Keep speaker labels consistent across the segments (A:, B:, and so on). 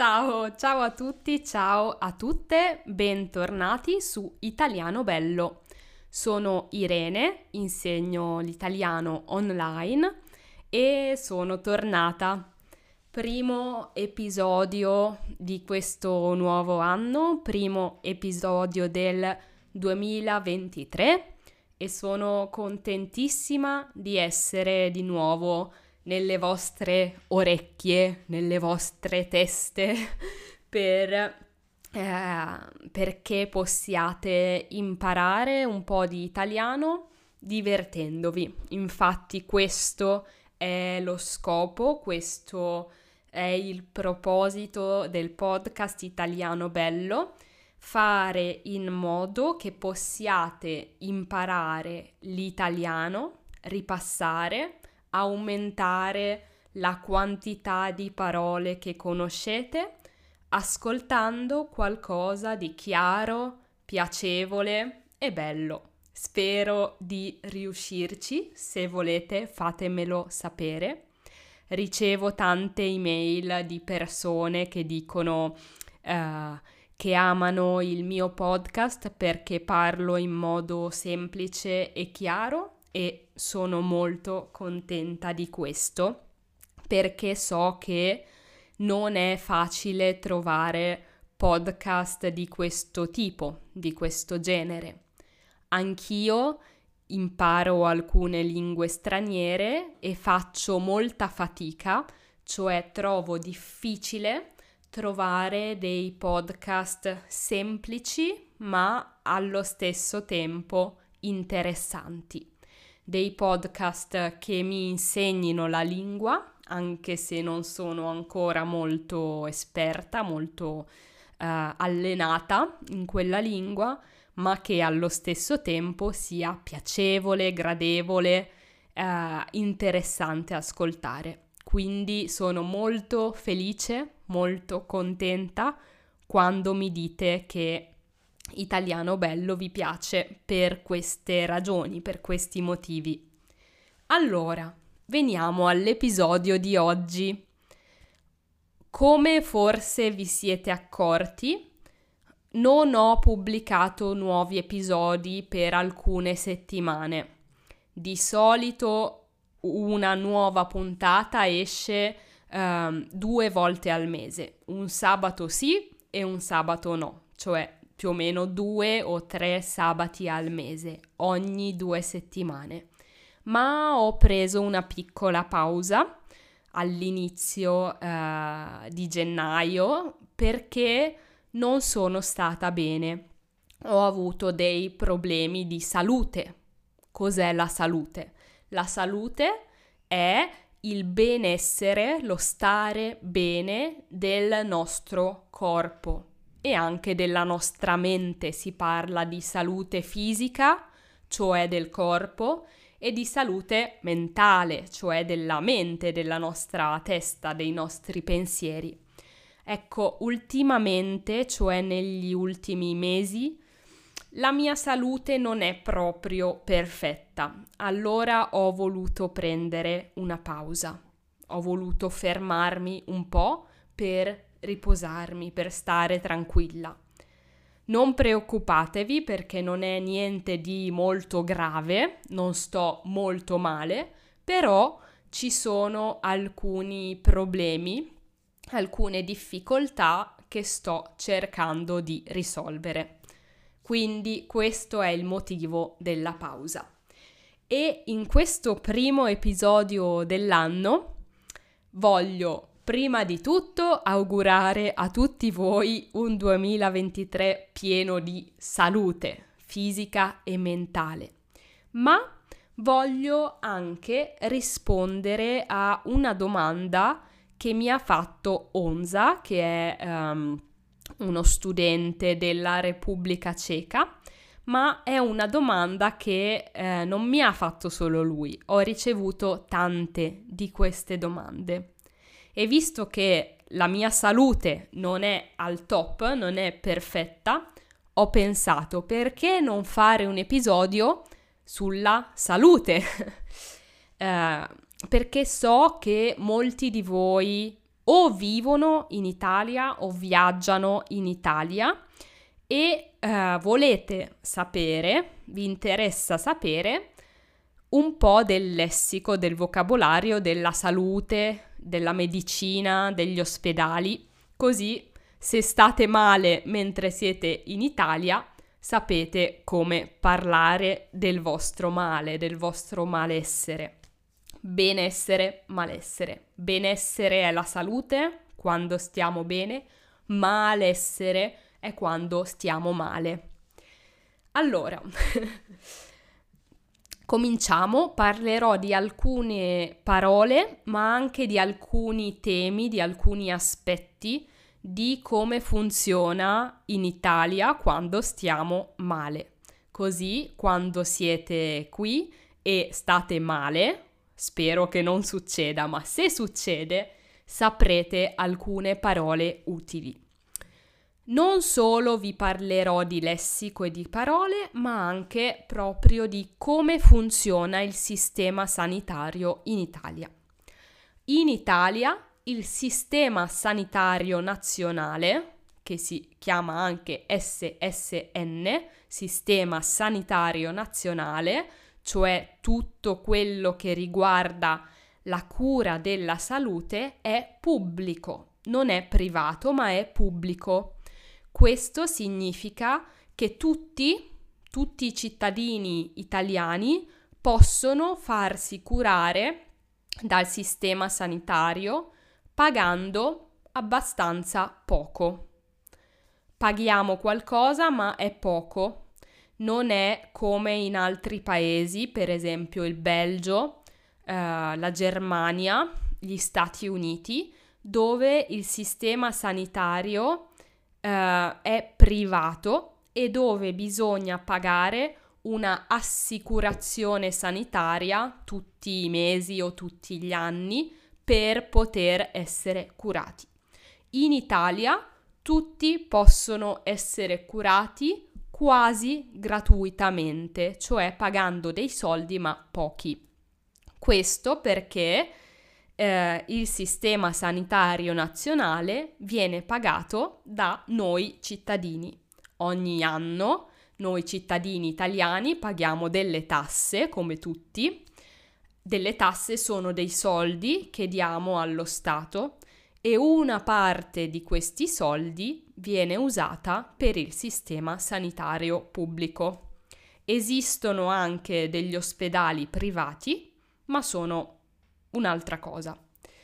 A: Ciao a tutti, ciao a tutte, bentornati su Italiano Bello. Sono Irene, insegno l'italiano online e sono tornata. Primo episodio di questo nuovo anno, primo episodio del 2023 e sono contentissima di essere di nuovo nelle vostre orecchie, nelle vostre teste perché possiate imparare un po' di italiano divertendovi. Infatti questo è lo scopo, questo è il proposito del podcast Italiano Bello, fare in modo che possiate imparare l'italiano, ripassare, aumentare la quantità di parole che conoscete ascoltando qualcosa di chiaro, piacevole e bello. Spero di riuscirci, se volete fatemelo sapere. Ricevo tante email di persone che dicono che amano il mio podcast perché parlo in modo semplice e chiaro e sono molto contenta di questo perché so che non è facile trovare podcast di questo tipo, di questo genere. Anch'io imparo alcune lingue straniere e faccio molta fatica, cioè trovo difficile trovare dei podcast semplici ma allo stesso tempo interessanti. Dei podcast che mi insegnino la lingua, anche se non sono ancora molto esperta, molto allenata in quella lingua, ma che allo stesso tempo sia piacevole, gradevole, interessante ascoltare. Quindi sono molto felice, molto contenta quando mi dite che Italiano Bello vi piace per queste ragioni, per questi motivi. Allora, veniamo all'episodio di oggi. Come forse vi siete accorti, non ho pubblicato nuovi episodi per alcune settimane. Di solito una nuova puntata esce 2 volte al mese, un sabato sì e un sabato no, cioè più o meno 2 o 3 sabati al mese, ogni 2 settimane. Ma ho preso una piccola pausa all'inizio di gennaio perché non sono stata bene. Ho avuto dei problemi di salute. Cos'è la salute? La salute è il benessere, lo stare bene del nostro corpo e anche della nostra mente. Si parla di salute fisica, cioè del corpo, e di salute mentale, cioè della mente, della nostra testa, dei nostri pensieri. Ecco, ultimamente, cioè negli ultimi mesi, la mia salute non è proprio perfetta. Allora ho voluto prendere una pausa. Ho voluto fermarmi un po' per riposarmi, per stare tranquilla. Non preoccupatevi perché non è niente di molto grave, non sto molto male, però ci sono alcuni problemi, alcune difficoltà che sto cercando di risolvere. Quindi questo è il motivo della pausa. E in questo primo episodio dell'anno voglio prima di tutto augurare a tutti voi un 2023 pieno di salute fisica e mentale, ma voglio anche rispondere a una domanda che mi ha fatto Onza, che è uno studente della Repubblica Ceca, ma è una domanda che non mi ha fatto solo lui, ho ricevuto tante di queste domande. E visto che la mia salute non è al top, non è perfetta, ho pensato perché non fare un episodio sulla salute? Perché so che molti di voi o vivono in Italia o viaggiano in Italia e volete sapere, vi interessa sapere un po' del lessico, del vocabolario, della salute, della medicina, degli ospedali, così se state male mentre siete in Italia sapete come parlare del vostro male, del vostro malessere. Benessere, malessere. Benessere è la salute, quando stiamo bene, malessere è quando stiamo male. Allora, cominciamo, parlerò di alcune parole, ma anche di alcuni temi, di alcuni aspetti di come funziona in Italia quando stiamo male. Così, quando siete qui e state male, spero che non succeda, ma se succede, saprete alcune parole utili. Non solo vi parlerò di lessico e di parole, ma anche proprio di come funziona il sistema sanitario in Italia. In Italia il sistema sanitario nazionale, che si chiama anche SSN, Sistema Sanitario Nazionale, cioè tutto quello che riguarda la cura della salute, è pubblico, non è privato, ma è pubblico. Questo significa che tutti i cittadini italiani possono farsi curare dal sistema sanitario pagando abbastanza poco. Paghiamo qualcosa, ma è poco. Non è come in altri paesi, per esempio il Belgio, la Germania, gli Stati Uniti, dove il sistema sanitario è privato e dove bisogna pagare una assicurazione sanitaria tutti i mesi o tutti gli anni per poter essere curati. In Italia tutti possono essere curati quasi gratuitamente, cioè pagando dei soldi ma pochi. Questo perché il sistema sanitario nazionale viene pagato da noi cittadini. Ogni anno noi cittadini italiani paghiamo delle tasse, come tutti. Delle tasse sono dei soldi che diamo allo Stato e una parte di questi soldi viene usata per il sistema sanitario pubblico. Esistono anche degli ospedali privati, ma sono un'altra cosa.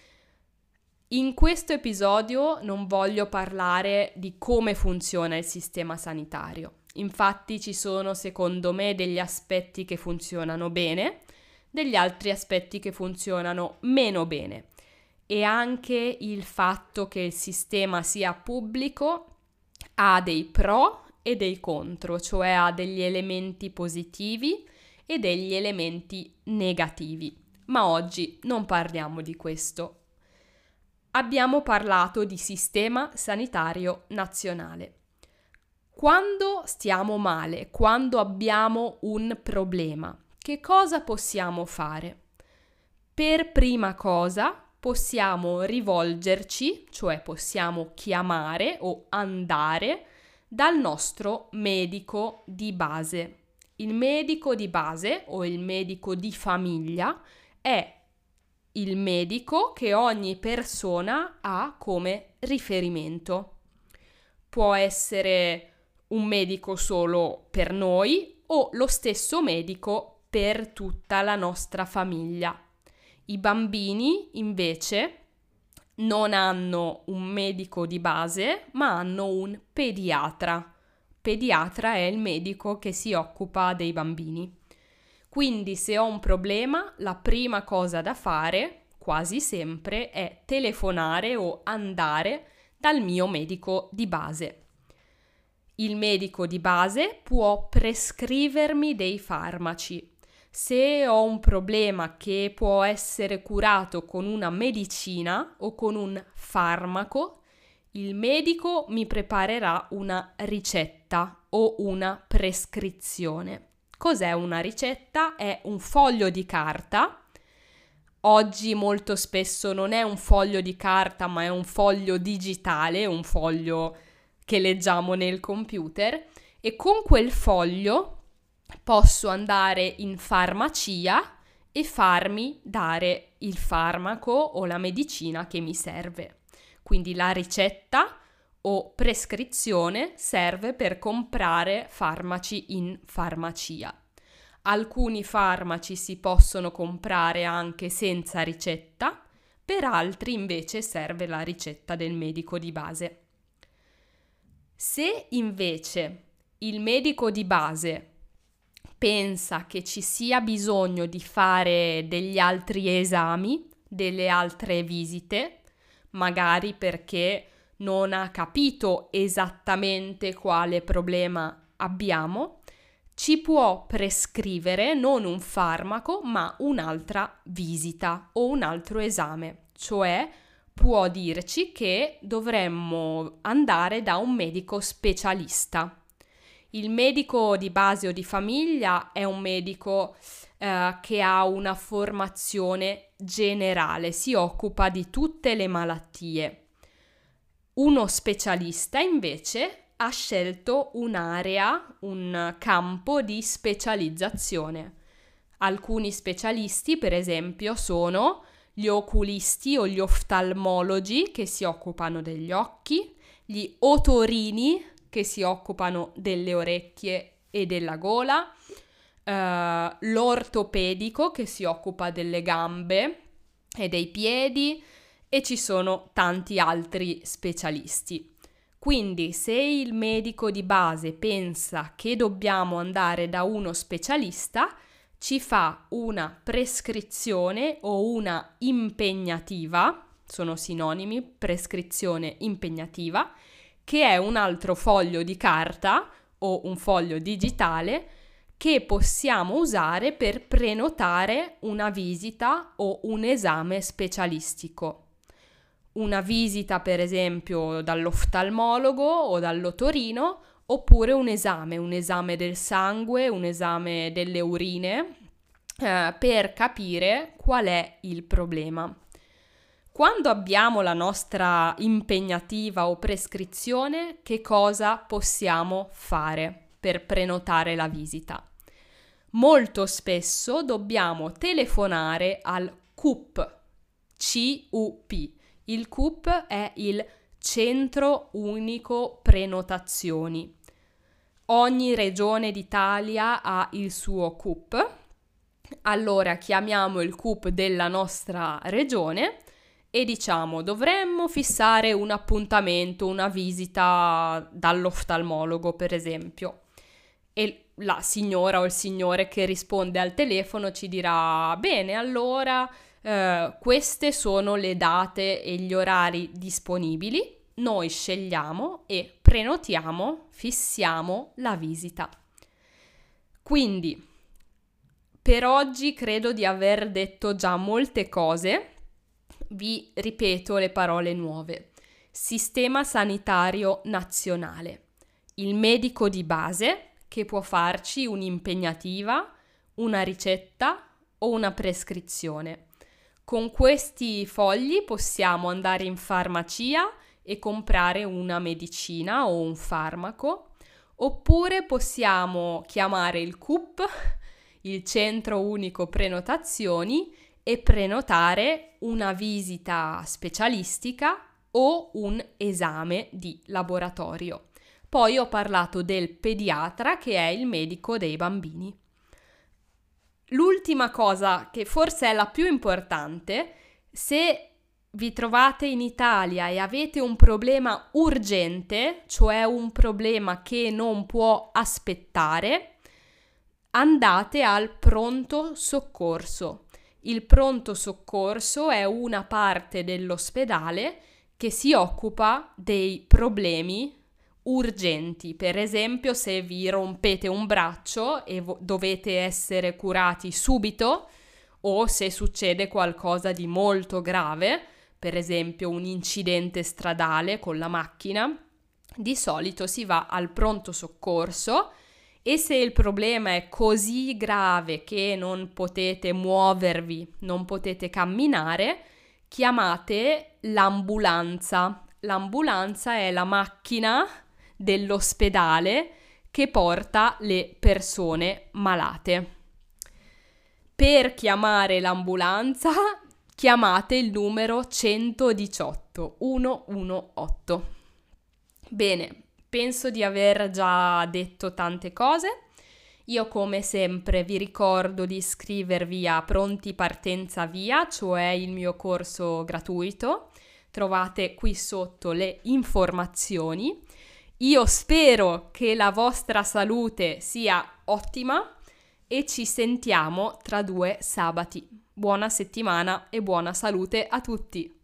A: In questo episodio non voglio parlare di come funziona il sistema sanitario. Infatti ci sono, secondo me, degli aspetti che funzionano bene, degli altri aspetti che funzionano meno bene. E anche il fatto che il sistema sia pubblico ha dei pro e dei contro, cioè ha degli elementi positivi e degli elementi negativi. Ma oggi non parliamo di questo. Abbiamo parlato di sistema sanitario nazionale. Quando stiamo male, quando abbiamo un problema, che cosa possiamo fare? Per prima cosa possiamo rivolgerci, cioè possiamo chiamare o andare dal nostro medico di base. Il medico di base o il medico di famiglia è il medico che ogni persona ha come riferimento. Può essere un medico solo per noi o lo stesso medico per tutta la nostra famiglia. I bambini invece non hanno un medico di base, ma hanno un pediatra. Pediatra è il medico che si occupa dei bambini. Quindi se ho un problema, la prima cosa da fare, quasi sempre, è telefonare o andare dal mio medico di base. Il medico di base può prescrivermi dei farmaci. Se ho un problema che può essere curato con una medicina o con un farmaco, il medico mi preparerà una ricetta o una prescrizione. Cos'è una ricetta? È un foglio di carta Oggi molto spesso non è un foglio di carta, ma è un foglio digitale, un foglio che leggiamo nel computer, e con quel foglio posso andare in farmacia e farmi dare il farmaco o la medicina che mi serve. Quindi la ricetta o prescrizione serve per comprare farmaci in farmacia. Alcuni farmaci si possono comprare anche senza ricetta, per altri invece serve la ricetta del medico di base. Se invece il medico di base pensa che ci sia bisogno di fare degli altri esami, delle altre visite, magari perché non ha capito esattamente quale problema abbiamo, ci può prescrivere non un farmaco, ma un'altra visita o un altro esame, cioè può dirci che dovremmo andare da un medico specialista. Il medico di base o di famiglia è un medico che ha una formazione generale, si occupa di tutte le malattie. Uno specialista invece ha scelto un'area, un campo di specializzazione. Alcuni specialisti, per esempio, sono gli oculisti o gli oftalmologi che si occupano degli occhi, gli otorini che si occupano delle orecchie e della gola, l'ortopedico che si occupa delle gambe e dei piedi, e ci sono tanti altri specialisti. Quindi se il medico di base pensa che dobbiamo andare da uno specialista, ci fa una prescrizione o una impegnativa, sono sinonimi, prescrizione impegnativa, che è un altro foglio di carta o un foglio digitale che possiamo usare per prenotare una visita o un esame specialistico. Una visita, per esempio, dall'oftalmologo o dall'otorino, oppure un esame del sangue, un esame delle urine, per capire qual è il problema. Quando abbiamo la nostra impegnativa o prescrizione, che cosa possiamo fare per prenotare la visita? Molto spesso dobbiamo telefonare al CUP, CUP. Il CUP è il Centro Unico Prenotazioni. Ogni regione d'Italia ha il suo CUP. Allora chiamiamo il CUP della nostra regione e diciamo: dovremmo fissare un appuntamento, una visita dall'oftalmologo, per esempio. E la signora o il signore che risponde al telefono ci dirà: bene, allora queste sono le date e gli orari disponibili, noi scegliamo e prenotiamo, fissiamo la visita. Quindi per oggi credo di aver detto già molte cose. Vi ripeto le parole nuove. Sistema sanitario nazionale. Il medico di base che può farci un'impegnativa, una ricetta o una prescrizione. Con questi fogli possiamo andare in farmacia e comprare una medicina o un farmaco, oppure possiamo chiamare il CUP, il Centro Unico Prenotazioni, e prenotare una visita specialistica o un esame di laboratorio. Poi ho parlato del pediatra, che è il medico dei bambini. L'ultima cosa, che forse è la più importante: se vi trovate in Italia e avete un problema urgente, cioè un problema che non può aspettare, andate al pronto soccorso. Il pronto soccorso è una parte dell'ospedale che si occupa dei problemi urgenti. Per esempio, se vi rompete un braccio e dovete essere curati subito, o se succede qualcosa di molto grave, per esempio un incidente stradale con la macchina, di solito si va al pronto soccorso E se il problema è così grave che non potete muovervi, non potete camminare, chiamate l'ambulanza. L'ambulanza è la macchina dell'ospedale che porta le persone malate. Per chiamare l'ambulanza chiamate il numero 118 118. Bene, penso di aver già detto tante cose. Io come sempre vi ricordo di iscrivervi a Pronti Partenza Via, cioè il mio corso gratuito. Trovate qui sotto le informazioni. Io spero che la vostra salute sia ottima e ci sentiamo tra 2 sabati. Buona settimana e buona salute a tutti!